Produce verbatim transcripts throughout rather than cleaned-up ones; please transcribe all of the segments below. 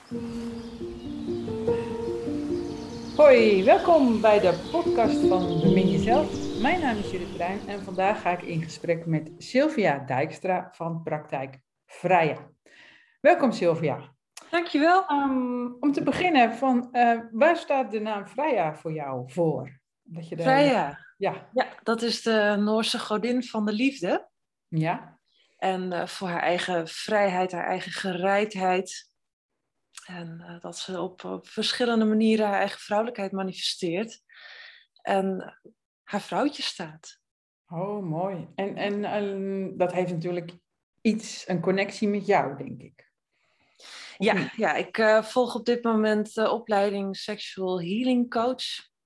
Hoi, welkom bij de podcast van Bemin Jezelf. Mijn naam is Judith Bruin en vandaag ga ik in gesprek met Sylvia Dijkstra van Praktijk Freya. Welkom Sylvia. Dankjewel. Um, om te beginnen, van, uh, waar staat de naam Freya voor jou voor? Dat je de, Freya, ja. ja, dat is de Noorse godin van de liefde. Ja. En uh, voor haar eigen vrijheid, haar eigen gereidheid. En uh, dat ze op, op verschillende manieren haar eigen vrouwelijkheid manifesteert. En uh, haar vrouwtje staat. Oh, mooi. En, en um, dat heeft natuurlijk iets, een connectie met jou, denk ik. Ja, ja, ik uh, volg op dit moment de opleiding Sexual Healing Coach.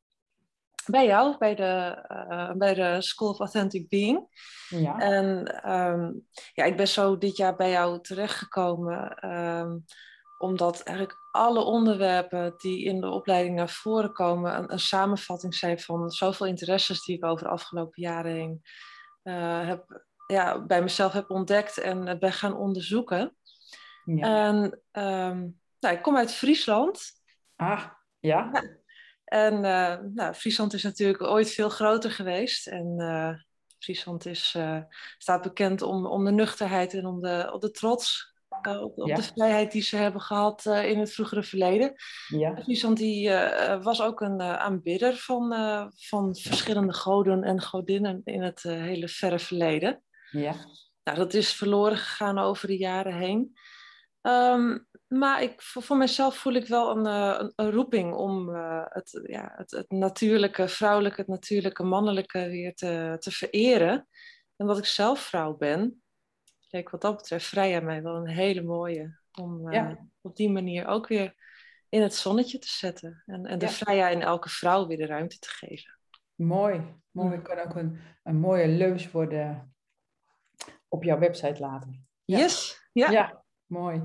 Bij jou, bij de, uh, bij de School of Authentic Being. Ja. En um, ja, ik ben zo dit jaar bij jou terechtgekomen. Um, omdat eigenlijk alle onderwerpen die in de opleiding naar voren komen een, een samenvatting zijn van zoveel interesses die ik over de afgelopen jaren heen uh, heb, ja, bij mezelf heb ontdekt en ben gaan onderzoeken. Ja. En um, nou, ik kom uit Friesland. Ah, ja. ja. En uh, nou, Friesland is natuurlijk ooit veel groter geweest. En uh, Friesland is, uh, staat bekend om, om de nuchterheid en om de, om de trots. Uh, op, op ja. de vrijheid die ze hebben gehad uh, in het vroegere verleden. Ja. Friesland die, uh, was ook een uh, aanbidder van, uh, van verschillende goden en godinnen in het uh, hele verre verleden. Ja. Nou, dat is verloren gegaan over de jaren heen. Um, maar ik, voor, voor mezelf voel ik wel een, een, een roeping om uh, het, ja, het, het natuurlijke vrouwelijke, het natuurlijke mannelijke weer te, te vereren. En dat ik zelf vrouw ben, kijk wat dat betreft Freya mij wel een hele mooie. Om uh, ja. op die manier ook weer in het zonnetje te zetten. En, en de ja. Freya in elke vrouw weer de ruimte te geven. Mooi, mooi. Kan ook een, een mooie leus worden op jouw website laten. Ja. Yes, ja. Ja, mooi.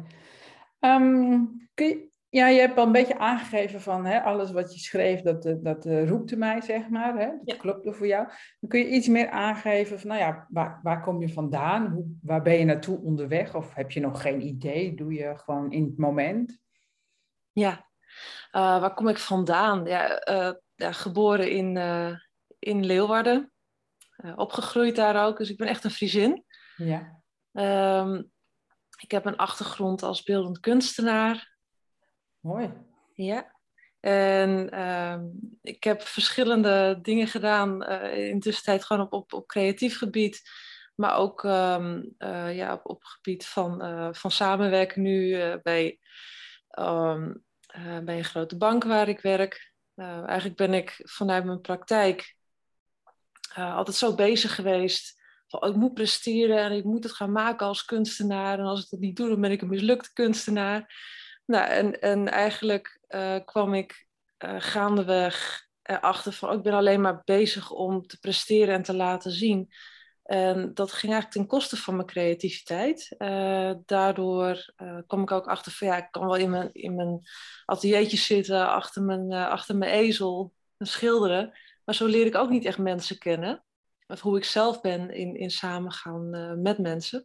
Um, kun je, ja, je hebt al een beetje aangegeven van hè, alles wat je schreef, dat, dat uh, roepte mij, zeg maar. Hè? Dat ja. klopte voor jou. Dan kun je iets meer aangeven van, nou ja, waar, waar kom je vandaan? Hoe, waar ben je naartoe onderweg? Of heb je nog geen idee? Doe je gewoon in het moment? Ja, uh, waar kom ik vandaan? Ja, uh, ja, geboren in, uh, in Leeuwarden. Uh, opgegroeid daar ook, dus ik ben echt een Friesin. Ja. Um, ik heb een achtergrond als beeldend kunstenaar. Mooi. Ja. En um, ik heb verschillende dingen gedaan uh, in de tussentijd gewoon op, op, op creatief gebied. Maar ook um, uh, ja, op, op gebied van, uh, van samenwerken nu uh, bij, um, uh, bij een grote bank waar ik werk. Uh, eigenlijk ben ik vanuit mijn praktijk uh, altijd zo bezig geweest. Van, oh, ik moet presteren en ik moet het gaan maken als kunstenaar. En als ik dat niet doe, dan ben ik een mislukte kunstenaar. Nou, en, en eigenlijk uh, kwam ik uh, gaandeweg erachter van... Oh, ik ben alleen maar bezig om te presteren en te laten zien. En dat ging eigenlijk ten koste van mijn creativiteit. Uh, daardoor uh, kwam ik ook achter van... Ja, ik kan wel in mijn, in mijn ateliertje zitten, achter mijn, uh, achter mijn ezel, en schilderen. Maar zo leer ik ook niet echt mensen kennen. Of hoe ik zelf ben in, in samengaan uh, met mensen.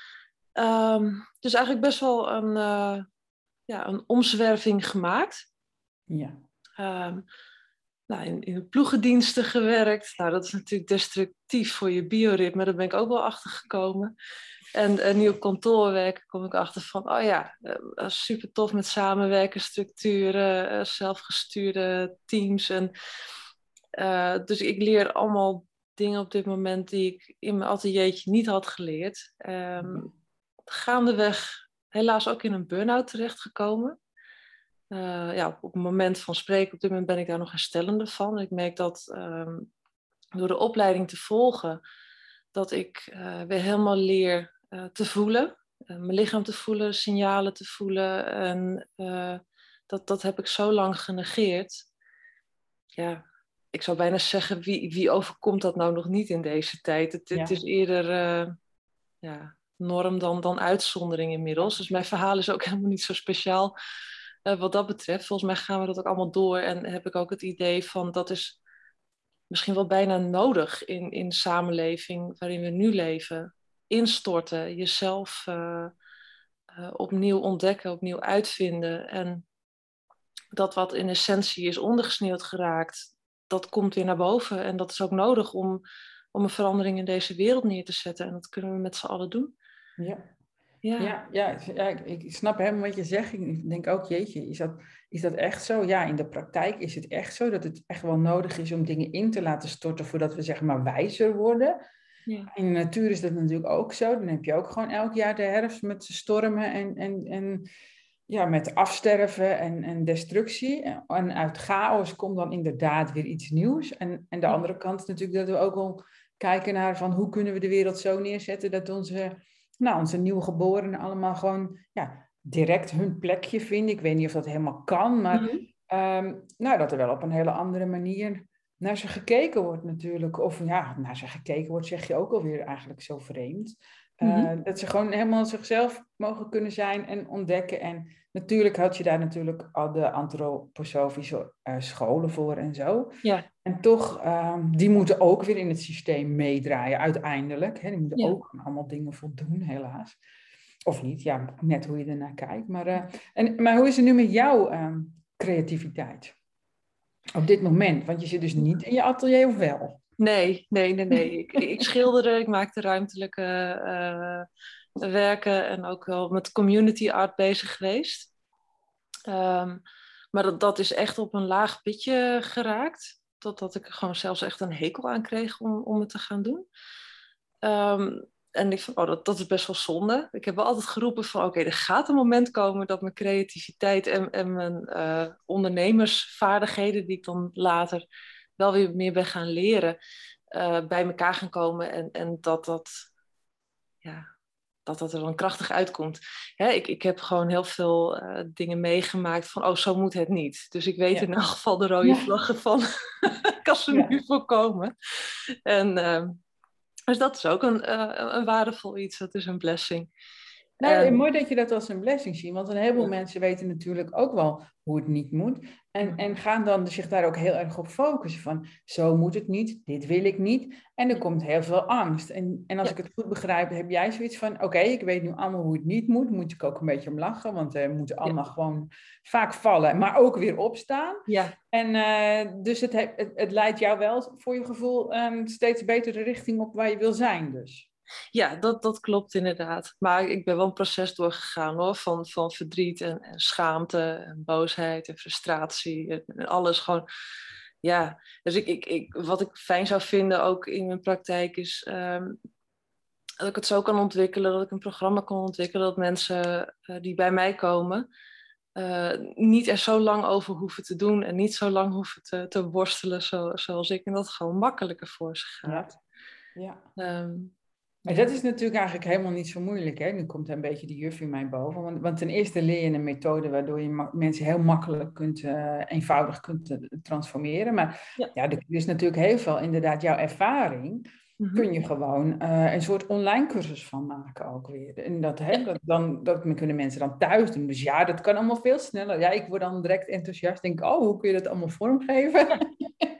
Um, dus eigenlijk best wel een... Uh, Ja, een omzwerving gemaakt. Ja. Um, nou, in, in de ploegendiensten gewerkt. Nou, dat is natuurlijk destructief voor je bioritme. Daar ben ik ook wel achter gekomen. En, en nu op kantoor werken kom ik achter van... oh ja, uh, super tof met samenwerken, structuren, uh, zelfgestuurde teams. En, uh, dus ik leer allemaal dingen op dit moment... die ik in mijn ateliertje niet had geleerd. Um, gaandeweg... Helaas ook in een burn-out terechtgekomen. Uh, ja, op, op het moment van spreken, op dit moment ben ik daar nog herstellende van. Ik merk dat um, door de opleiding te volgen, dat ik uh, weer helemaal leer uh, te voelen. Uh, mijn lichaam te voelen, signalen te voelen. En uh, dat, dat heb ik zo lang genegeerd. Ja, ik zou bijna zeggen, wie, wie overkomt dat nou nog niet in deze tijd? Het, ja. het is eerder... Uh, ja, norm dan, dan uitzondering inmiddels. Dus mijn verhaal is ook helemaal niet zo speciaal uh, wat dat betreft. Volgens mij gaan we dat ook allemaal door. En heb ik ook het idee van dat is misschien wel bijna nodig in, in de samenleving waarin we nu leven. Instorten, jezelf uh, uh, opnieuw ontdekken, opnieuw uitvinden. En dat wat in essentie is ondergesneeuwd geraakt, dat komt weer naar boven. En dat is ook nodig om, om een verandering in deze wereld neer te zetten. En dat kunnen we met z'n allen doen. Ja. Ja, ja, ja, ja ik, ik snap helemaal wat je zegt. Ik denk ook, jeetje, is dat, is dat echt zo? Ja, in de praktijk is het echt zo dat het echt wel nodig is om dingen in te laten storten voordat we zeg maar wijzer worden. ja. In de natuur is dat natuurlijk ook zo. Dan heb je ook gewoon elk jaar de herfst met stormen en, en, en ja, met afsterven en, en destructie. En uit chaos komt dan inderdaad weer iets nieuws. En, en de andere kant is natuurlijk dat we ook al kijken naar van hoe kunnen we de wereld zo neerzetten dat onze, nou, onze nieuwgeborenen allemaal gewoon ja, direct hun plekje vinden. Ik weet niet of dat helemaal kan, maar Mm-hmm. um, nou, dat er wel op een hele andere manier naar ze gekeken wordt natuurlijk. Of ja, naar ze gekeken wordt zeg je ook alweer eigenlijk zo vreemd. Uh, Mm-hmm. dat ze gewoon helemaal zichzelf mogen kunnen zijn en ontdekken. En natuurlijk had je daar natuurlijk al de antroposofische uh, scholen voor en zo. Ja. En toch, uh, die moeten ook weer in het systeem meedraaien uiteindelijk. Hè? Die moeten Ja. ook aan allemaal dingen voldoen, helaas. Of niet, ja, net hoe je ernaar kijkt. Maar, uh, en, maar hoe is het nu met jouw uh, creativiteit? Op dit moment, want je zit dus niet in je atelier, of wel? Nee, nee, nee, nee. ik, ik schilderde, ik maakte ruimtelijke uh, werken en ook wel met community art bezig geweest. Um, maar dat, dat is echt op een laag pitje geraakt. Totdat ik er gewoon zelfs echt een hekel aan kreeg om, om het te gaan doen. Um, en ik vond, oh, dat, dat is best wel zonde. Ik heb wel altijd geroepen van, oké, okay, er gaat een moment komen dat mijn creativiteit en, en mijn uh, ondernemersvaardigheden, die ik dan later wel weer meer ben gaan leren, uh, bij elkaar gaan komen. En, en dat dat, ja, dat dat er dan krachtig uitkomt. Hè, ik, ik heb gewoon heel veel uh, dingen meegemaakt van, oh, zo moet het niet. Dus ik weet ja. in elk geval de rode ja. vlaggen van, ik kan ze ja. nu voorkomen. En uh, dus dat is ook een, uh, een waardevol iets, dat is een blessing. Nou, en, mooi dat je dat als een blessing ziet, want een heleboel ja. mensen weten natuurlijk ook wel hoe het niet moet. En, en gaan dan zich daar ook heel erg op focussen van, zo moet het niet, dit wil ik niet. En er komt heel veel angst. En, en als ja. ik het goed begrijp, heb jij zoiets van, oké, okay, ik weet nu allemaal hoe het niet moet. Moet ik ook een beetje om lachen, want we moeten allemaal ja. gewoon vaak vallen, maar ook weer opstaan. Ja. En uh, dus het, het, het leidt jou wel voor je gevoel um, steeds beter de richting op waar je wil zijn dus. Ja, dat, dat klopt inderdaad. Maar ik ben wel een proces doorgegaan hoor, van, van verdriet en, en schaamte en boosheid en frustratie en, en alles gewoon. Ja, dus ik, ik, ik, wat ik fijn zou vinden ook in mijn praktijk is um, dat ik het zo kan ontwikkelen, dat ik een programma kan ontwikkelen, dat mensen uh, die bij mij komen uh, niet er zo lang over hoeven te doen en niet zo lang hoeven te, te worstelen zo, zoals ik. En dat het gewoon makkelijker voor ze gaat. Ja. ja. Um, Maar dat is natuurlijk eigenlijk helemaal niet zo moeilijk. Hè? Nu komt er een beetje de juf in mij boven. Want, want ten eerste leer je een methode waardoor je ma- mensen heel makkelijk kunt, uh, eenvoudig kunt uh, transformeren. Maar ja. ja, er is natuurlijk heel veel, inderdaad, jouw ervaring. Mm-hmm. Kun je gewoon uh, een soort online cursus van maken ook weer. En dat, hè, ja. dat, dan, dat kunnen mensen dan thuis doen. Dus ja, dat kan allemaal veel sneller. Ja, ik word dan direct enthousiast. Denk, oh, hoe kun je dat allemaal vormgeven? Ja.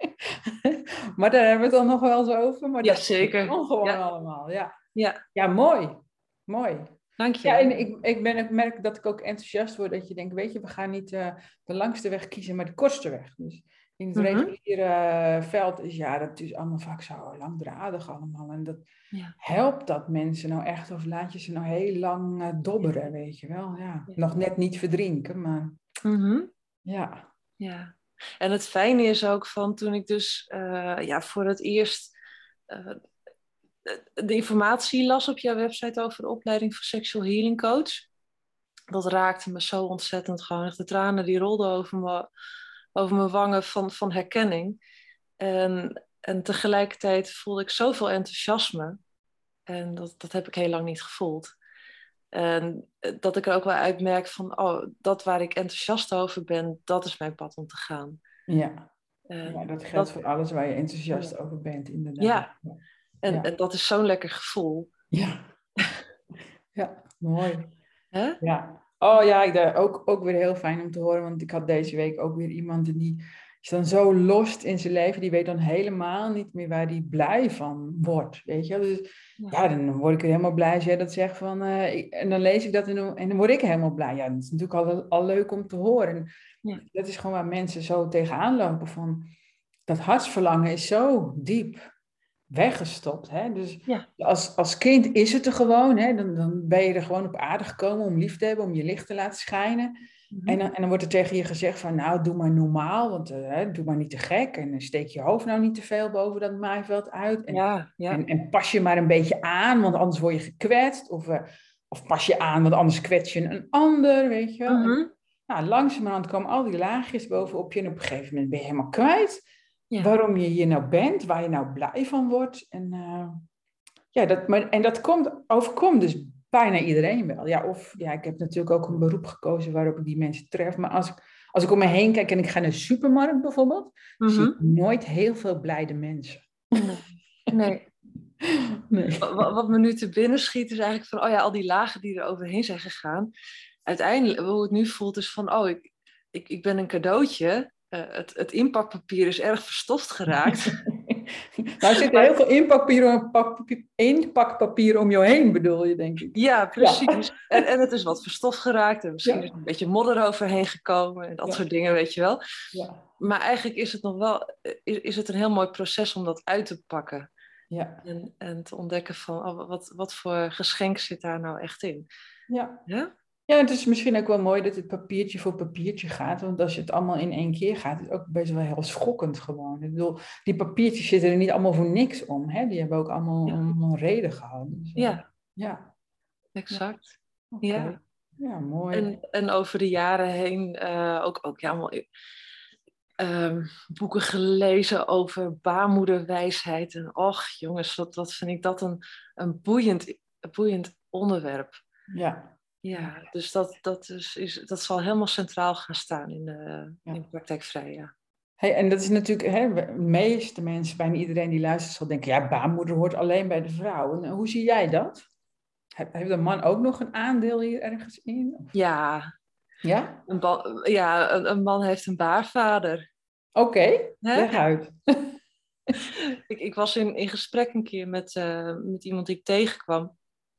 Maar daar hebben we het dan nog wel eens over. Maar ja, dat zeker. kan gewoon ja. allemaal, ja. Ja, ja mooi. Mooi. Dank je. Ja, en ik, ik, ben, ik merk dat ik ook enthousiast word. Dat je denkt, weet je, we gaan niet uh, de langste weg kiezen, maar de kortste weg. Dus in het mm-hmm. reguliere veld is, ja, dat is allemaal vaak zo langdradig allemaal. En dat ja. helpt dat mensen nou echt, of laat je ze nou heel lang uh, dobberen, weet je wel. Ja. Ja. Nog net niet verdrinken, maar mm-hmm. ja. Ja. En het fijne is ook van toen ik dus uh, ja, voor het eerst uh, de informatie las op jouw website over de opleiding voor Sexual Healing Coach. Dat raakte me zo ontzettend gewoon. Echt de tranen die rolden over me, over mijn wangen van, van herkenning. En, en tegelijkertijd voelde ik zoveel enthousiasme. En dat, dat heb ik heel lang niet gevoeld. En dat ik er ook wel uitmerk van, oh, dat waar ik enthousiast over ben, dat is mijn pad om te gaan. Ja, uh, ja dat geldt dat, voor alles waar je enthousiast ja. over bent, inderdaad. Ja, ja. En, ja. en dat is zo'n lekker gevoel. Ja, ja mooi. Huh? Ja. Oh ja, ik, ook, ook weer heel fijn om te horen, want ik had deze week ook weer iemand die is dan zo lost in zijn leven, die weet dan helemaal niet meer waar die blij van wordt, weet je. Dus Ja. ja, dan word ik helemaal blij als jij dat zegt van, uh, ik, en dan lees ik dat en dan, en dan word ik helemaal blij. Ja, dat is natuurlijk al, al leuk om te horen. En Ja. dat is gewoon waar mensen zo tegenaan lopen van, dat hartsverlangen is zo diep weggestopt. Hè? Dus Ja. als, als kind is het er gewoon, hè? Dan, dan ben je er gewoon op aarde gekomen om lief te hebben, om je licht te laten schijnen. Mm-hmm. En dan, en dan wordt er tegen je gezegd van, nou, doe maar normaal, want uh, doe maar niet te gek. En steek je hoofd nou niet te veel boven dat maaiveld uit. En, Ja, ja. en, en pas je maar een beetje aan, want anders word je gekwetst. Of, uh, of pas je aan, want anders kwets je een ander, weet je wel. Mm-hmm. En, nou, langzamerhand komen al die laagjes bovenop je en op een gegeven moment ben je helemaal kwijt. Ja. Waarom je hier nou bent, waar je nou blij van wordt. En, uh, ja, dat, maar, en dat komt, overkomt dus bijna iedereen wel. Ja, of ja, ik heb natuurlijk ook een beroep gekozen waarop ik die mensen tref. Maar als ik, als ik om me heen kijk en ik ga naar de supermarkt bijvoorbeeld, mm-hmm. zie ik nooit heel veel blijde mensen. Nee. nee. nee. Wat, wat me nu te binnen schiet is eigenlijk van, oh ja, al die lagen die er overheen zijn gegaan. Uiteindelijk, hoe het nu voelt, is van, oh, ik, ik, ik ben een cadeautje. Uh, het, het inpakpapier is erg verstoft geraakt. Nou, er zit heel veel inpakpapier, inpakpapier om je heen, bedoel je, denk ik. Ja, precies. Ja. En, en het is wat verstoft geraakt. En misschien ja. is er een beetje modder overheen gekomen. En dat ja. soort dingen, weet je wel. Ja. Maar eigenlijk is het nog wel... Is, is het een heel mooi proces om dat uit te pakken. Ja. En, en te ontdekken van... Oh, wat, wat voor geschenk zit daar nou echt in? Ja. Ja? Ja, het is misschien ook wel mooi dat het papiertje voor papiertje gaat. Want als je het allemaal in één keer gaat, is het ook best wel heel schokkend gewoon. Ik bedoel, die papiertjes zitten er niet allemaal voor niks om. Hè? Die hebben ook allemaal, ja. allemaal een reden gehad. Dus, uh, ja. ja, exact. Ja. Okay. Ja. Ja, mooi. En, en over de jaren heen uh, ook, ook ja, allemaal, uh, boeken gelezen over baarmoederwijsheid. En och jongens, wat, wat vind ik dat een, een boeiend, een boeiend onderwerp. Ja. Ja, dus dat, dat, is, is, dat zal helemaal centraal gaan staan in de, ja. in de praktijkvrij, ja. Hey, en dat is natuurlijk, hè, de meeste mensen, bijna iedereen die luistert zal denken, ja, baarmoeder hoort alleen bij de vrouw. En hoe zie jij dat? Heeft de man ook nog een aandeel hier ergens in? Of? Ja. Ja? Een, ba- ja, een, een man heeft een baarvader. Oké, okay, leg uit. ik, ik was in, in gesprek een keer met, uh, met iemand die ik tegenkwam.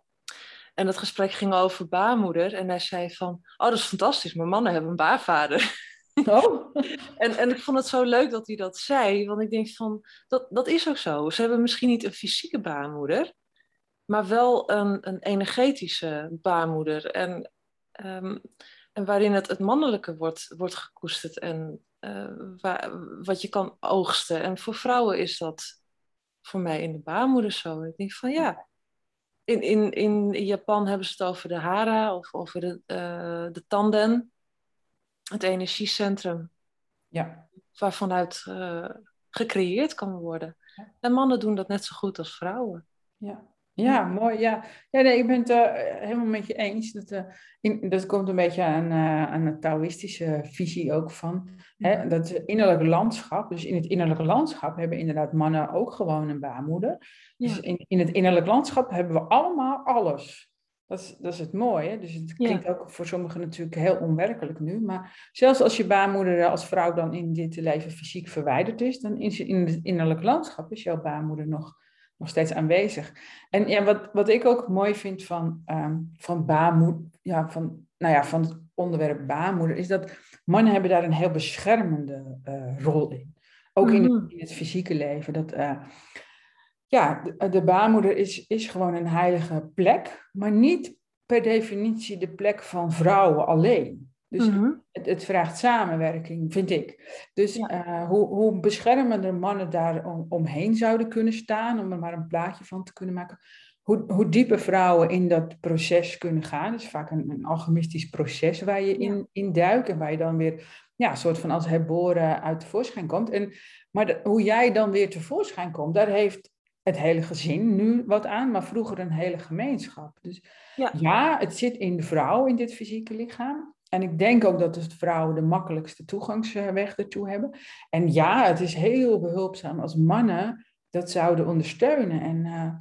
En dat gesprek ging over baarmoeder. En hij zei van, oh, dat is fantastisch, maar mannen hebben een baarvader. Oh. en, en ik vond het zo leuk dat hij dat zei. Want ik denk van, dat, dat is ook zo. Ze hebben misschien niet een fysieke baarmoeder, maar wel een, een energetische baarmoeder. En, um, en waarin het, het mannelijke wordt, wordt gekoesterd en uh, waar, wat je kan oogsten. En voor vrouwen is dat voor mij in de baarmoeder zo. Ik denk van ja... In, in, in Japan hebben ze het over de hara of over de, uh, de tanden, het energiecentrum, ja. waarvanuit uh, gecreëerd kan worden. Ja. En mannen doen dat net zo goed als vrouwen. Ja, ja, ja. mooi. Ja, ja nee, ik ben het uh, helemaal met je eens. Dat, uh, in, dat komt een beetje aan, uh, aan de Taoïstische visie ook van. Hè, ja. Dat innerlijke landschap, dus in het innerlijke landschap hebben inderdaad mannen ook gewoon een baarmoeder. Ja. Dus in, in het innerlijk landschap hebben we allemaal alles. Dat is, dat is het mooie. Dus het klinkt ja. ook voor sommigen natuurlijk heel onwerkelijk nu. Maar zelfs als je baarmoeder als vrouw dan in dit leven fysiek verwijderd is, dan is in het innerlijk landschap is jouw baarmoeder nog, nog steeds aanwezig. En ja, wat, wat ik ook mooi vind van, um, van baarmoeder, ja, van, nou ja, van het onderwerp baarmoeder, is dat mannen hebben daar een heel beschermende uh, rol in. Ook mm-hmm. in, het, in het fysieke leven. Dat... Uh, Ja, de, de baarmoeder is, is gewoon een heilige plek, maar niet per definitie de plek van vrouwen alleen. Dus mm-hmm. het, het vraagt samenwerking, vind ik. Dus ja. uh, hoe, hoe beschermender mannen daar om, omheen zouden kunnen staan, om er maar een plaatje van te kunnen maken. Hoe, hoe dieper vrouwen in dat proces kunnen gaan. Dat is vaak een, een alchemistisch proces waar je in, ja. in duikt en waar je dan weer ja, een soort van als herboren uit tevoorschijn komt. En, maar de, hoe jij dan weer tevoorschijn komt, daar heeft het hele gezin nu wat aan, maar vroeger een hele gemeenschap. Dus ja, ja het zit in de vrouw, in dit fysieke lichaam. En ik denk ook dat de vrouwen de makkelijkste toegangsweg ertoe hebben. En ja, het is heel behulpzaam als mannen dat zouden ondersteunen. En uh,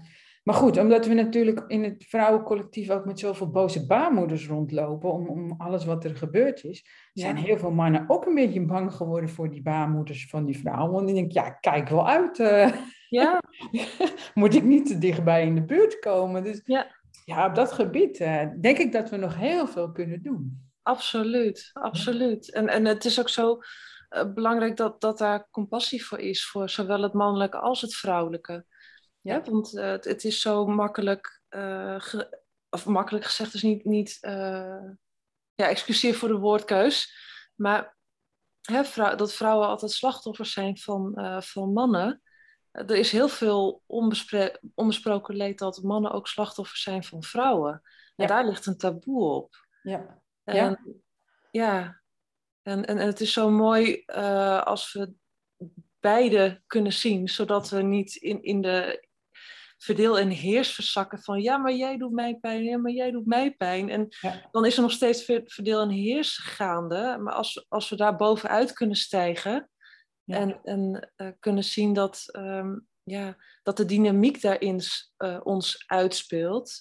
Maar goed, omdat we natuurlijk in het vrouwencollectief ook met zoveel boze baarmoeders rondlopen, om, om alles wat er gebeurd is, zijn Ja. heel veel mannen ook een beetje bang geworden voor die baarmoeders van die vrouwen. Want die denken, ja, kijk wel uit. Uh, Ja. moet ik niet te dichtbij in de buurt komen? Dus Ja. ja, op dat gebied uh, denk ik dat we nog heel veel kunnen doen. Absoluut, absoluut. Ja. En, en het is ook zo uh, belangrijk dat, dat daar compassie voor is, voor zowel het mannelijke als het vrouwelijke. Ja. Ja, want uh, het, het is zo makkelijk, uh, ge, of makkelijk gezegd is niet, niet uh, ja, excuseer voor de woordkeus, maar hè, vrou, dat vrouwen altijd slachtoffers zijn van, uh, van mannen. Er is heel veel onbespre- onbesproken leed dat mannen ook slachtoffers zijn van vrouwen. En ja. Daar ligt een taboe op. Ja. En, ja. ja. En, en, en het is zo mooi uh, als we beide kunnen zien, zodat we niet in, in de verdeel- en heers verzakken van ja, maar jij doet mij pijn, ja, maar jij doet mij pijn. En ja. Dan is er nog steeds verdeel- en heers gaande. Maar als, als we daar bovenuit kunnen stijgen ja. en, en uh, kunnen zien dat, um, ja, dat de dynamiek daarin uh, ons uitspeelt,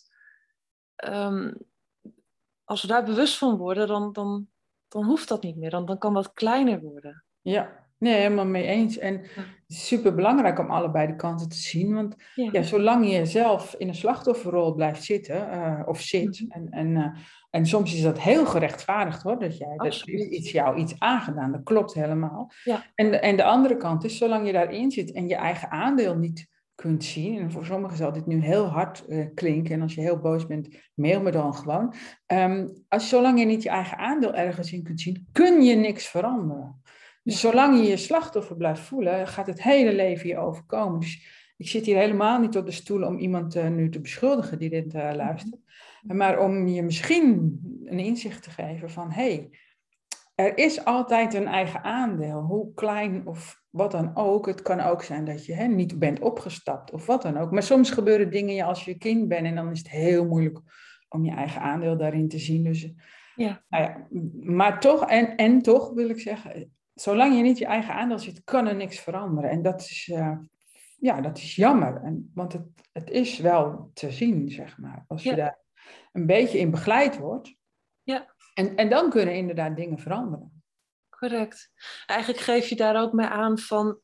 um, als we daar bewust van worden, dan, dan, dan hoeft dat niet meer. Dan, dan kan dat kleiner worden. Ja. Nee, helemaal mee eens. En ja. Het is super belangrijk om allebei de kanten te zien. Want ja. Ja, zolang je zelf in een slachtofferrol blijft zitten, uh, of zit, mm-hmm. en, en, uh, en soms is dat heel gerechtvaardigd hoor, dat jij, dat is iets, jou iets aangedaan, dat klopt helemaal. Ja. En, de, en de andere kant is, zolang je daarin zit en je eigen aandeel niet kunt zien, en voor sommigen zal dit nu heel hard uh, klinken, en als je heel boos bent, mail me dan gewoon. Um, als, zolang je niet je eigen aandeel ergens in kunt zien, kun je niks veranderen. Dus ja. Zolang je je slachtoffer blijft voelen, gaat het hele leven je overkomen. Dus ik zit hier helemaal niet op de stoel om iemand uh, nu te beschuldigen die dit uh, luistert. Maar om je misschien een inzicht te geven van, hé, hey, er is altijd een eigen aandeel. Hoe klein of wat dan ook. Het kan ook zijn dat je hè, niet bent opgestapt of wat dan ook. Maar soms gebeuren dingen als je kind bent en dan is het heel moeilijk om je eigen aandeel daarin te zien. Dus, ja. Nou ja, maar toch, en, en toch wil ik zeggen, zolang je niet je eigen aandeel ziet, kan er niks veranderen. En dat is, uh, ja, dat is jammer. En, want het, het is wel te zien, zeg maar. Als je ja. daar een beetje in begeleid wordt. Ja. En, en dan kunnen inderdaad dingen veranderen. Correct. Eigenlijk geef je daar ook mee aan van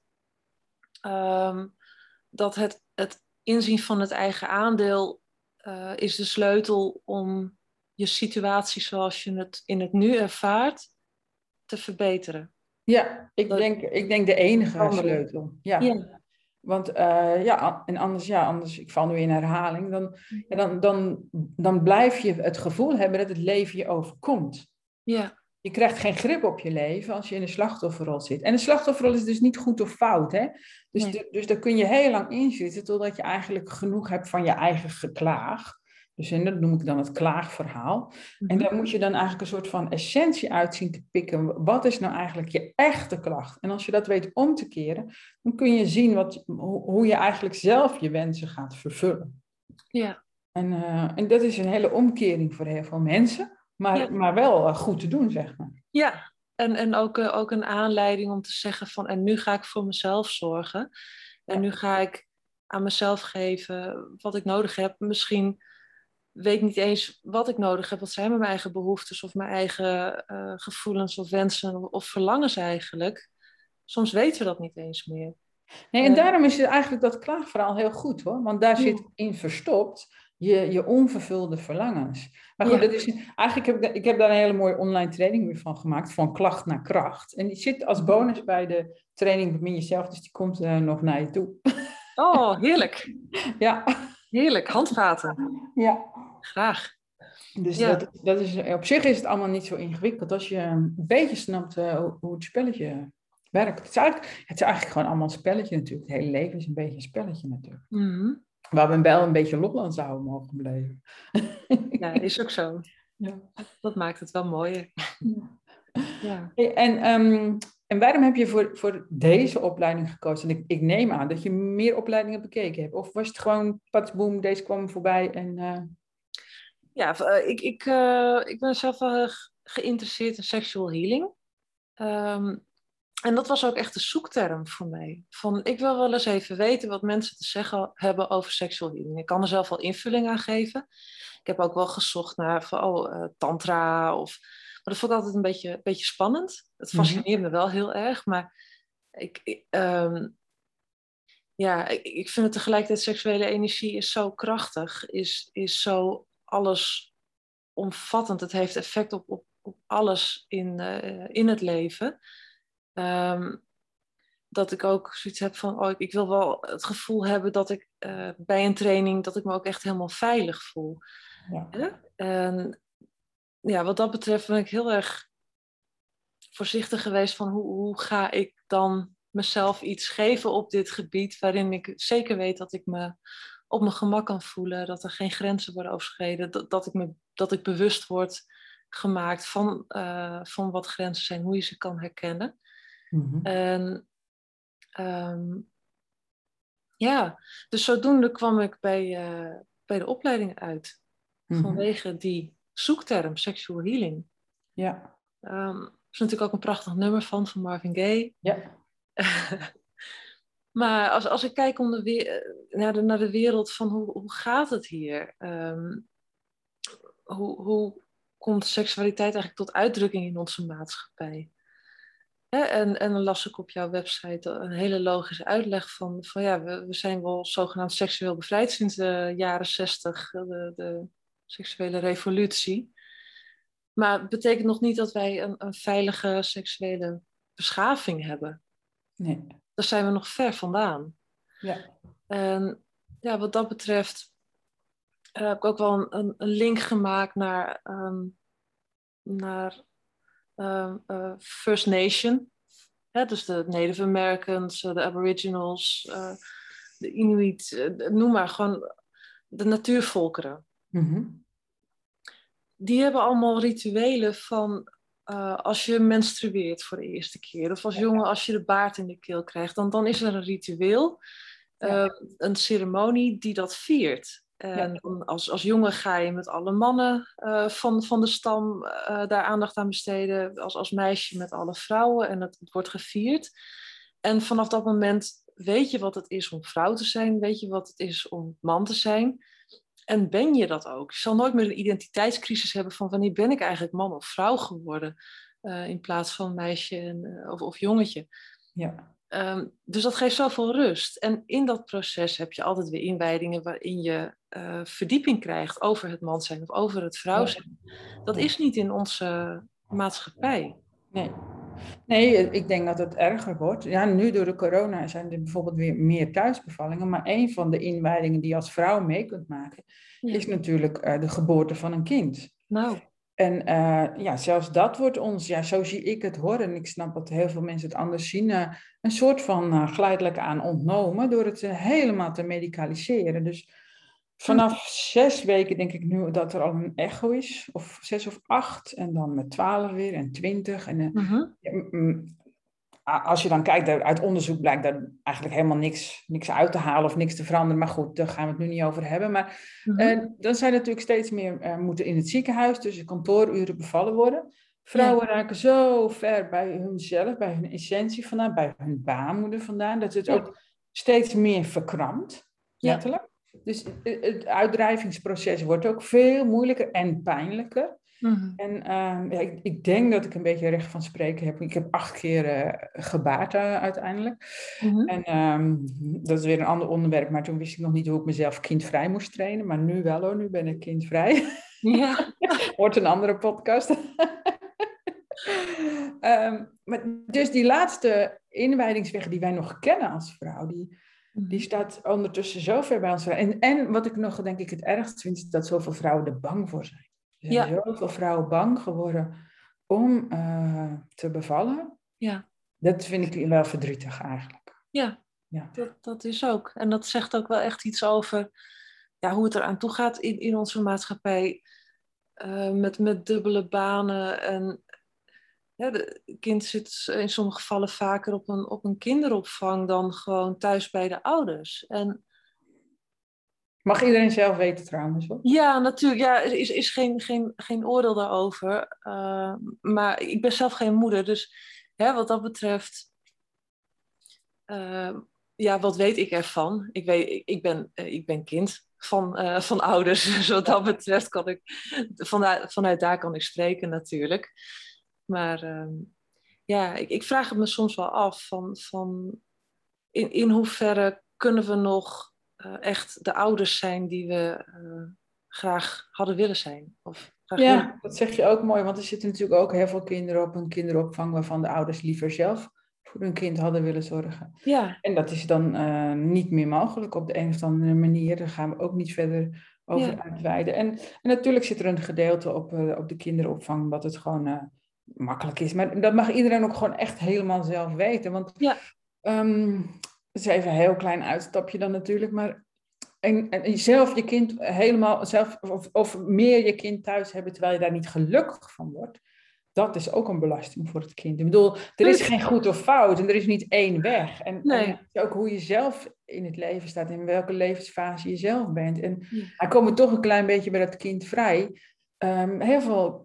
um, dat het, het inzien van het eigen aandeel uh, is de sleutel om je situatie zoals je het in het nu ervaart te verbeteren. Ja, ik denk, ik denk de enige Andere. sleutel. Ja. ja. Want uh, ja, en anders, ja, anders, ik val nu in herhaling, dan, ja, dan, dan, dan blijf je het gevoel hebben dat het leven je overkomt. Ja. Je krijgt geen grip op je leven als je in een slachtofferrol zit. En een slachtofferrol is dus niet goed of fout, hè? Dus, nee. de, dus daar kun je heel lang in zitten totdat je eigenlijk genoeg hebt van je eigen geklaag. Dus en dat noem ik dan het klaagverhaal. Mm-hmm. En daar moet je dan eigenlijk een soort van essentie uit zien te pikken. Wat is nou eigenlijk je echte klacht? En als je dat weet om te keren, dan kun je zien wat, hoe je eigenlijk zelf je wensen gaat vervullen. Ja. En, uh, en dat is een hele omkering voor heel veel mensen. Maar, ja. maar wel uh, goed te doen, zeg maar. Ja, en, en ook, uh, ook een aanleiding om te zeggen van... en nu ga ik voor mezelf zorgen. En ja. nu ga ik aan mezelf geven wat ik nodig heb. Misschien weet ik niet eens wat ik nodig heb. Wat zijn mijn eigen behoeftes of mijn eigen uh, gevoelens of wensen of, of verlangens eigenlijk. Soms weten we dat niet eens meer. Nee, en uh, daarom is het eigenlijk dat klaagverhaal heel goed, hoor. Want daar ja. zit in verstopt... Je, je onvervulde verlangens. Maar goed, ja. dat is, eigenlijk heb ik, ik heb daar een hele mooie online training weer van gemaakt, van klacht naar kracht. En die zit als bonus bij de training Bemin Jezelf, dus die komt uh, nog naar je toe. Oh, heerlijk. Ja. Heerlijk, handvaten. Ja. Graag. Dus ja. dat, dat is, op zich is het allemaal niet zo ingewikkeld als je een beetje snapt uh, hoe het spelletje werkt. Het is, eigenlijk, het is eigenlijk gewoon allemaal een spelletje natuurlijk. Het hele leven is een beetje een spelletje natuurlijk. Mm-hmm. Waar we wel een beetje lol aan zouden mogen beleven. Ja, is ook zo. Ja. Dat maakt het wel mooier. Ja. Hey, en, um, en waarom heb je voor, voor deze opleiding gekozen? En ik, ik neem aan dat je meer opleidingen bekeken hebt. Of was het gewoon, patsboom, deze kwam voorbij en... Uh... Ja, uh, ik, ik, uh, ik ben zelf wel ge- geïnteresseerd in sexual healing. Um, en dat was ook echt de zoekterm voor mij. Van, ik wil wel eens even weten wat mensen te zeggen hebben over sexual healing. Ik kan er zelf wel invulling aan geven. Ik heb ook wel gezocht naar van, oh, uh, tantra. Of, maar dat vond ik altijd een beetje, een beetje spannend. Het fascineert me wel heel erg. Maar ik, ik, um, ja, ik, ik vind het tegelijkertijd, seksuele energie is zo krachtig. Is, is zo allesomvattend. Het heeft effect op, op, op alles in, uh, in het leven. Um, dat ik ook zoiets heb van, oh, ik, ik wil wel het gevoel hebben dat ik uh, bij een training, dat ik me ook echt helemaal veilig voel. Ja. Ja? En ja, wat dat betreft ben ik heel erg voorzichtig geweest van hoe, hoe ga ik dan mezelf iets geven op dit gebied, waarin ik zeker weet dat ik me op mijn gemak kan voelen, dat er geen grenzen worden overschreden, dat, dat, ik, me, dat ik bewust word gemaakt van, uh, van wat grenzen zijn, hoe je ze kan herkennen. Mm-hmm. En um, ja, dus zodoende kwam ik bij, uh, bij de opleiding uit. Mm-hmm. Vanwege die zoekterm, sexual healing. Ja. Um, er is natuurlijk ook een prachtig nummer van, van Marvin Gaye. Ja. Maar als, als ik kijk om de we- naar, de, naar de wereld van hoe, hoe gaat het hier? Um, hoe, hoe komt seksualiteit eigenlijk tot uitdrukking in onze maatschappij? Hè? En, en dan las ik op jouw website een hele logische uitleg van, van ja, we, we zijn wel zogenaamd seksueel bevrijd sinds de jaren zestig, de, de seksuele revolutie. Maar het betekent nog niet dat wij een, een veilige seksuele beschaving hebben. Nee. Daar zijn we nog ver vandaan. Ja. En ja, wat dat betreft uh, heb ik ook wel een, een, een link gemaakt naar, um, naar um, uh, First Nation. Ja, dus de Native Americans, de Aboriginals, uh, de Inuit, uh, noem maar gewoon de natuurvolkeren. Mm-hmm. Die hebben allemaal rituelen van uh, als je menstrueert voor de eerste keer. Of als jongen als je de baard in de keel krijgt. Dan, dan is er een ritueel, uh, ja. een ceremonie die dat viert. En ja. als, als jongen ga je met alle mannen uh, van, van de stam uh, daar aandacht aan besteden. Als, als meisje met alle vrouwen. En het, het wordt gevierd. En vanaf dat moment weet je wat het is om vrouw te zijn. Weet je wat het is om man te zijn. En ben je dat ook? Je zal nooit meer een identiteitscrisis hebben van wanneer ben ik eigenlijk man of vrouw geworden. Uh, in plaats van meisje en, uh, of, of jongetje. Ja. Um, dus dat geeft zoveel rust. En in dat proces heb je altijd weer inwijdingen waarin je uh, verdieping krijgt over het man zijn of over het vrouw zijn. Dat is niet in onze maatschappij. Nee. Nee, ik denk dat het erger wordt. Ja, nu door de corona zijn er bijvoorbeeld weer meer thuisbevallingen. Maar een van de inwijdingen die je als vrouw mee kunt maken, ja. is natuurlijk uh, de geboorte van een kind. Nou. En uh, ja, zelfs dat wordt ons, ja, zo zie ik het hoor. En ik snap dat heel veel mensen het anders zien. Uh, een soort van uh, geleidelijk aan ontnomen door het uh, helemaal te medicaliseren. Dus vanaf zes weken denk ik nu dat er al een echo is. Of zes of acht. En dan met twaalf weer en twintig. En, uh, uh-huh. ja, m- als je dan kijkt, uit onderzoek blijkt daar eigenlijk helemaal niks, niks uit te halen of niks te veranderen. Maar goed, daar gaan we het nu niet over hebben. Maar uh-huh. uh, dan zijn er natuurlijk steeds meer uh, moeten in het ziekenhuis tussen kantooruren bevallen worden. Vrouwen ja. raken zo ver bij hunzelf, bij hun essentie vandaan, bij hun baarmoeder vandaan, dat het ja. ook steeds meer verkrampt, letterlijk. Ja. Dus het uitdrijvingsproces wordt ook veel moeilijker en pijnlijker. Mm-hmm. En uh, ja, ik, ik denk dat ik een beetje recht van spreken heb. Ik heb acht keer uh, gebaard uh, uiteindelijk. Mm-hmm. En um, dat is weer een ander onderwerp. Maar toen wist ik nog niet hoe ik mezelf kindvrij moest trainen. Maar nu wel hoor, nu ben ik kindvrij. Ja. Wordt een andere podcast. um, maar dus die laatste inwijdingsweg die wij nog kennen als vrouw, die, mm-hmm. die staat ondertussen zo ver bij ons. En, en wat ik nog denk ik het ergst vind, is dat zoveel vrouwen er bang voor zijn. Er zijn ja. zoveel vrouwen bang geworden om uh, te bevallen. Ja. Dat vind ik wel verdrietig eigenlijk. Ja, ja. Dat, dat is ook. En dat zegt ook wel echt iets over ja, hoe het eraan toe gaat in, in onze maatschappij. Uh, met, met dubbele banen. En ja, de kind zit in sommige gevallen vaker op een, op een kinderopvang dan gewoon thuis bij de ouders. En mag iedereen zelf weten trouwens, hoor. Ja, natuurlijk. Ja, er is, is geen, geen, geen oordeel daarover. Uh, maar ik ben zelf geen moeder. Dus hè, wat dat betreft uh, ja, wat weet ik ervan? Ik, weet, ik, ik, ben, uh, ik ben kind van, uh, van ouders. Dus wat dat betreft kan ik... Vanuit, vanuit daar kan ik spreken natuurlijk. Maar uh, ja, ik, ik vraag het me soms wel af van... van in, in hoeverre kunnen we nog uh, echt de ouders zijn die we uh, graag hadden willen zijn? Of graag ja, willen... dat zeg je ook mooi. Want er zitten natuurlijk ook heel veel kinderen op een kinderopvang... waarvan de ouders liever zelf voor hun kind hadden willen zorgen. Ja. En dat is dan uh, niet meer mogelijk op de een of andere manier. Daar gaan we ook niet verder over ja. uitweiden. En, en natuurlijk zit er een gedeelte op, uh, op de kinderopvang... dat het gewoon uh, makkelijk is. Maar dat mag iedereen ook gewoon echt helemaal zelf weten. Want... Ja. Um, dat is even een heel klein uitstapje dan natuurlijk, maar en, en zelf je kind helemaal, zelf, of, of meer je kind thuis hebben terwijl je daar niet gelukkig van wordt, dat is ook een belasting voor het kind. Ik bedoel, er is geen goed of fout en er is niet één weg. En, nee. en ook hoe je zelf in het leven staat, in welke levensfase je zelf bent. En ja. hij komt toch een klein beetje bij dat kind vrij. Um, heel veel...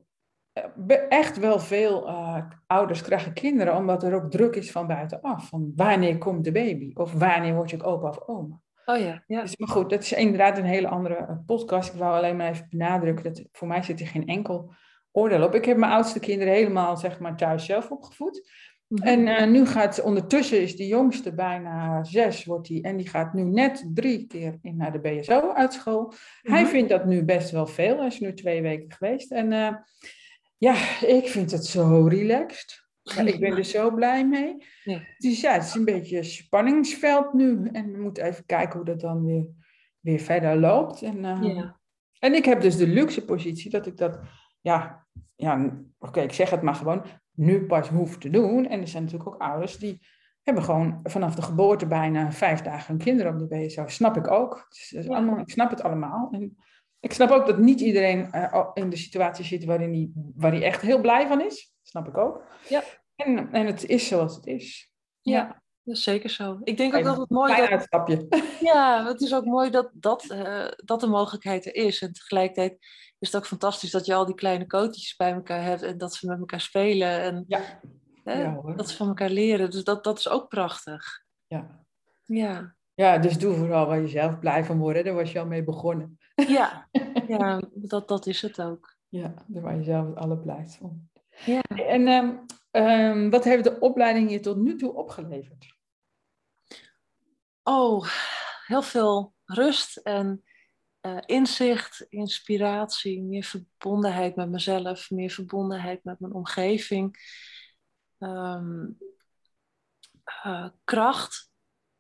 Echt wel veel uh, ouders krijgen kinderen omdat er ook druk is van buitenaf. Van wanneer komt de baby? Of wanneer word je opa of oma? Oh ja, ja. Dus, maar goed, dat is inderdaad een hele andere podcast. Ik wou alleen maar even benadrukken dat voor mij zit er geen enkel oordeel op. Ik heb mijn oudste kinderen helemaal zeg maar thuis zelf opgevoed. Mm-hmm. En uh, nu gaat, ondertussen is de jongste bijna zes, wordt die, en die gaat nu net drie keer in naar de B S O uit school. Mm-hmm. Hij vindt dat nu best wel veel. Hij is nu twee weken geweest. En... Uh, Ja, ik vind het zo relaxed. Ja, ik ben er zo blij mee. Ja. Dus ja, het is een beetje een spanningsveld nu. En we moeten even kijken hoe dat dan weer, weer verder loopt. En, uh, ja. en ik heb dus de luxe positie dat ik dat, ja, ja oké, okay, ik zeg het maar gewoon, nu pas hoef te doen. En er zijn natuurlijk ook ouders die hebben gewoon vanaf de geboorte bijna vijf dagen hun kinderen op de B S O. Snap ik ook. Dus, dus ja. allemaal, ik snap het allemaal. En, ik snap ook dat niet iedereen uh, in de situatie zit waarin hij, waar hij echt heel blij van is. Snap ik ook. Ja. En, en het is zoals het is. Ja, ja. Dat is zeker zo. Ik denk ook Klein, dat het mooi klein dat... uitstapje. Ja, het is ook mooi dat, dat, uh, dat de mogelijkheid er is. En tegelijkertijd is het ook fantastisch dat je al die kleine coaches bij elkaar hebt. En dat ze met elkaar spelen. En ja. Hè, Ja, dat ze van elkaar leren. Dus dat, dat is ook prachtig. Ja. Ja. Ja, dus doe vooral waar je zelf blij van wordt. Daar was je al mee begonnen. Ja, ja dat, dat is het ook. Ja, daar waar je zelf het allerblijst van. Ja. En um, um, wat heeft de opleiding je tot nu toe opgeleverd? Oh, heel veel rust en uh, inzicht, inspiratie, meer verbondenheid met mezelf, meer verbondenheid met mijn omgeving, um, uh, kracht,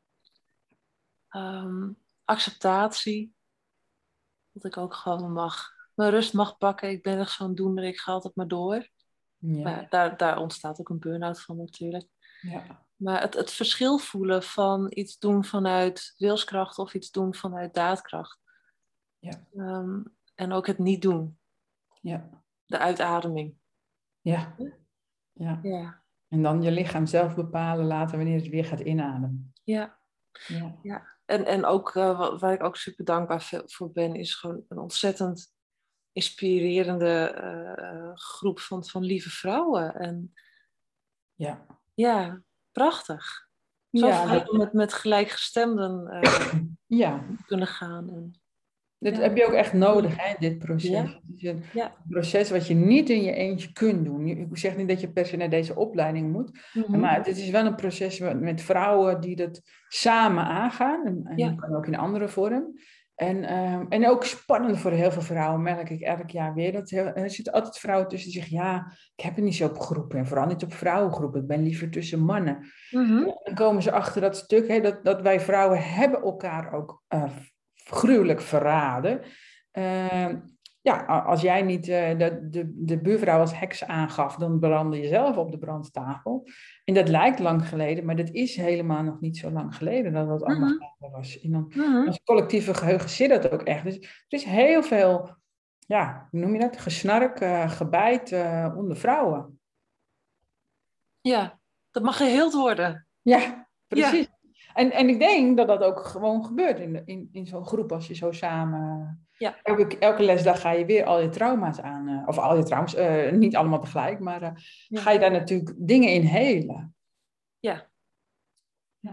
um, acceptatie. Dat ik ook gewoon mag, mijn rust mag pakken. Ik ben echt zo'n doener, ik ga altijd maar door. Ja. Maar daar, daar ontstaat ook een burn-out van natuurlijk. Ja. Maar het, het verschil voelen van iets doen vanuit wilskracht of iets doen vanuit daadkracht. Ja. Um, en ook het niet doen. Ja. De uitademing. Ja. Ja. Ja. En dan je lichaam zelf bepalen laten wanneer het weer gaat inademen. Ja. Ja. Ja. En, en ook uh, waar ik ook super dankbaar voor ben, is gewoon een ontzettend inspirerende uh, groep van, van lieve vrouwen. En ja. Ja, prachtig. Zo ja, fijn om met, met gelijkgestemden uh, ja. kunnen gaan. En, dat ja. heb je ook echt nodig, hè, dit proces. Ja. Het is een ja. proces wat je niet in je eentje kunt doen. Ik zeg niet dat je per se naar deze opleiding moet. Mm-hmm. Maar het is wel een proces met vrouwen die dat samen aangaan. En, en ja. dat kan ook in andere vorm. En, um, en ook spannend voor heel veel vrouwen, merk ik elk jaar weer. Dat heel, er zitten altijd vrouwen tussen die zeggen, ja, ik heb het niet zo op groepen. En vooral niet op vrouwengroepen. Ik ben liever tussen mannen. Mm-hmm. Dan komen ze achter dat stuk, hè, dat, dat wij vrouwen hebben elkaar ook uh, gruwelijk verraden. Uh, ja, als jij niet uh, de, de, de buurvrouw als heks aangaf, dan brandde je zelf op de brandtafel. En dat lijkt lang geleden, maar dat is helemaal nog niet zo lang geleden dat dat allemaal mm-hmm. gaande was. En dan, mm-hmm. ons collectieve geheugen zit dat ook echt. Dus er is heel veel, ja, hoe noem je dat? Gesnark, uh, gebijt uh, onder vrouwen. Ja, dat mag geheeld worden. Ja, precies. Ja. En, en ik denk dat dat ook gewoon gebeurt in, de, in, in zo'n groep als je zo samen... Ja. Elke, elke lesdag ga je weer al je trauma's aan... Uh, of al je trauma's, uh, niet allemaal tegelijk, maar uh, ja. ga je daar natuurlijk dingen in helen. Ja. Ja.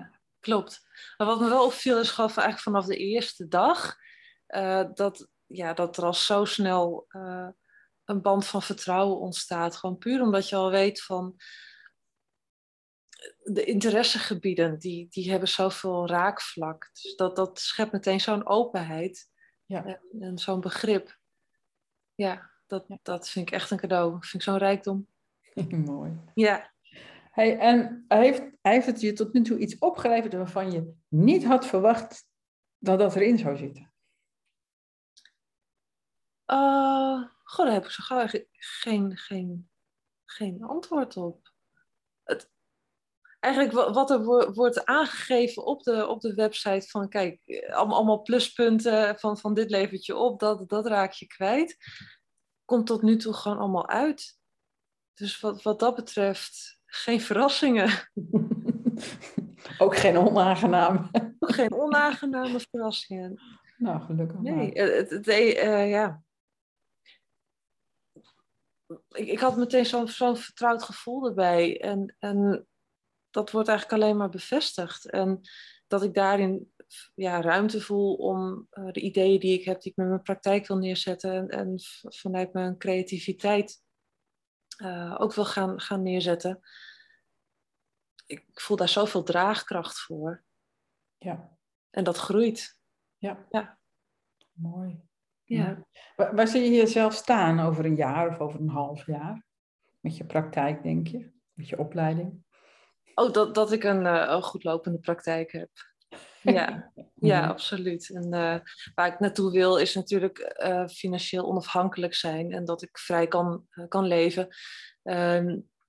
klopt. Maar wat me wel opviel is gewoon eigenlijk vanaf de eerste dag... Uh, dat, ja, dat er al zo snel uh, een band van vertrouwen ontstaat. Gewoon puur omdat je al weet van... De interessegebieden, die, die hebben zoveel raakvlak. Dus dat, dat schept meteen zo'n openheid. Ja. En, en zo'n begrip. Ja, dat, ja. dat vind ik echt een cadeau. Dat vind ik zo'n rijkdom. Mooi. Ja. Hey, en heeft, heeft het je tot nu toe iets opgeleverd waarvan je niet had verwacht dat dat erin zou zitten? Uh, goh, daar heb ik zo gauw geen, geen, geen antwoord op. Het, eigenlijk wat er wo- wordt aangegeven op de, op de website van kijk, allemaal, allemaal pluspunten van, van dit levert je op, dat, dat raak je kwijt. Komt tot nu toe gewoon allemaal uit. Dus wat, wat dat betreft, geen verrassingen. Ook geen onaangename. Ook geen onaangename verrassingen. Nou, gelukkig maar. Nee, het, het, uh, ja. Ik, ik had meteen zo'n zo'n vertrouwd gevoel erbij. En, en dat wordt eigenlijk alleen maar bevestigd. En dat ik daarin ja, ruimte voel om uh, de ideeën die ik heb, die ik met mijn praktijk wil neerzetten. En, en vanuit mijn creativiteit uh, ook wil gaan, gaan neerzetten. Ik voel daar zoveel draagkracht voor. Ja. En dat groeit. Ja. Ja. Mooi. Ja. Waar, waar zie je jezelf staan over een jaar of over een half jaar? Met je praktijk, denk je? Met je opleiding? Oh, dat, dat ik een, uh, een goed lopende praktijk heb. Ja, ja, absoluut. En uh, waar ik naartoe wil is natuurlijk uh, financieel onafhankelijk zijn. En dat ik vrij kan, uh, kan leven. Uh,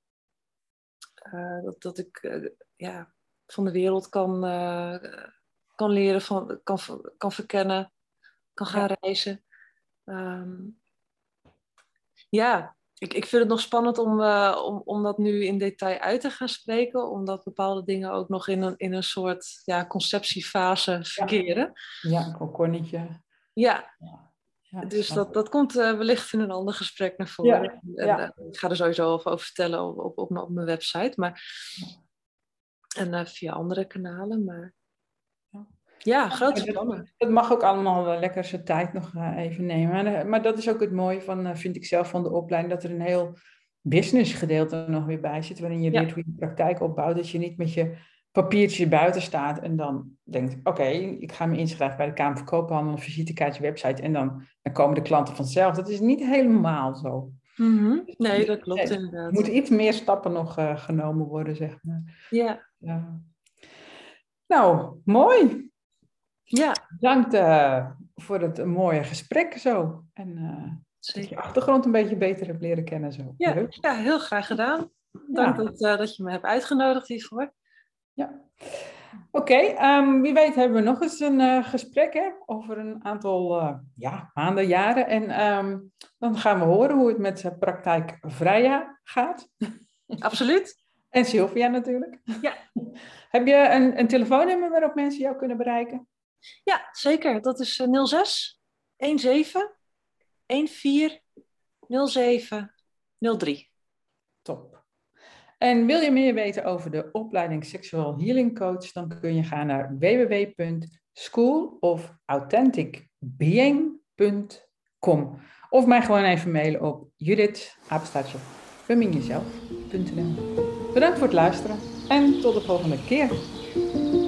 uh, dat, dat ik uh, ja, van de wereld kan, uh, kan leren, van, kan, kan verkennen, kan gaan ja. reizen. Um, ja, ik, ik vind het nog spannend om, uh, om, om dat nu in detail uit te gaan spreken. Omdat bepaalde dingen ook nog in een, in een soort ja, conceptiefase verkeren. Ja, een kokonnetje. Ja. Ja. Ja, dus dat, dat komt uh, wellicht in een ander gesprek naar voren. Ja, en, ja. Uh, ik ga er sowieso over, over vertellen op, op, op, op mijn website. Maar, en uh, via andere kanalen. Maar ja, ja grote plannen. Het mag ook allemaal lekker zijn tijd nog uh, even nemen. Maar, maar dat is ook het mooie van, uh, vind ik zelf, van de opleiding. Dat er een heel business gedeelte er nog weer bij zit. Waarin je leert ja. hoe je de praktijk opbouwt. Dat je niet met je papiertje buiten staat en dan denkt, oké, okay, ik ga me inschrijven bij de Kamer van Koophandel, een visitekaartje, website en dan, dan komen de klanten vanzelf. Dat is niet helemaal zo. Mm-hmm. Nee, dat klopt nee, inderdaad. Er moeten iets meer stappen nog uh, genomen worden, zeg maar. Ja. ja. Nou, mooi. Ja. Bedankt uh, voor het mooie gesprek zo. En uh, dat je achtergrond een beetje beter hebt leren kennen zo. Ja, ja heel graag gedaan. Dank ja. dat, uh, dat je me hebt uitgenodigd hiervoor. Ja. Oké, okay, um, wie weet hebben we nog eens een uh, gesprek hè, over een aantal uh, ja, maanden, jaren. En um, dan gaan we horen hoe het met uh, praktijk Freya gaat. Absoluut. En Sylvia natuurlijk. Ja. Heb je een, een telefoonnummer waarop mensen jou kunnen bereiken? Ja, zeker. Dat is uh, nul zes een zeven een vier nul zeven nul drie. Top. En wil je meer weten over de opleiding Sexual Healing Coach, dan kun je gaan naar w w w punt school of authentic being punt com of mij gewoon even mailen op judith apenstaartje bemin jezelf punt n l. Bedankt voor het luisteren en tot de volgende keer.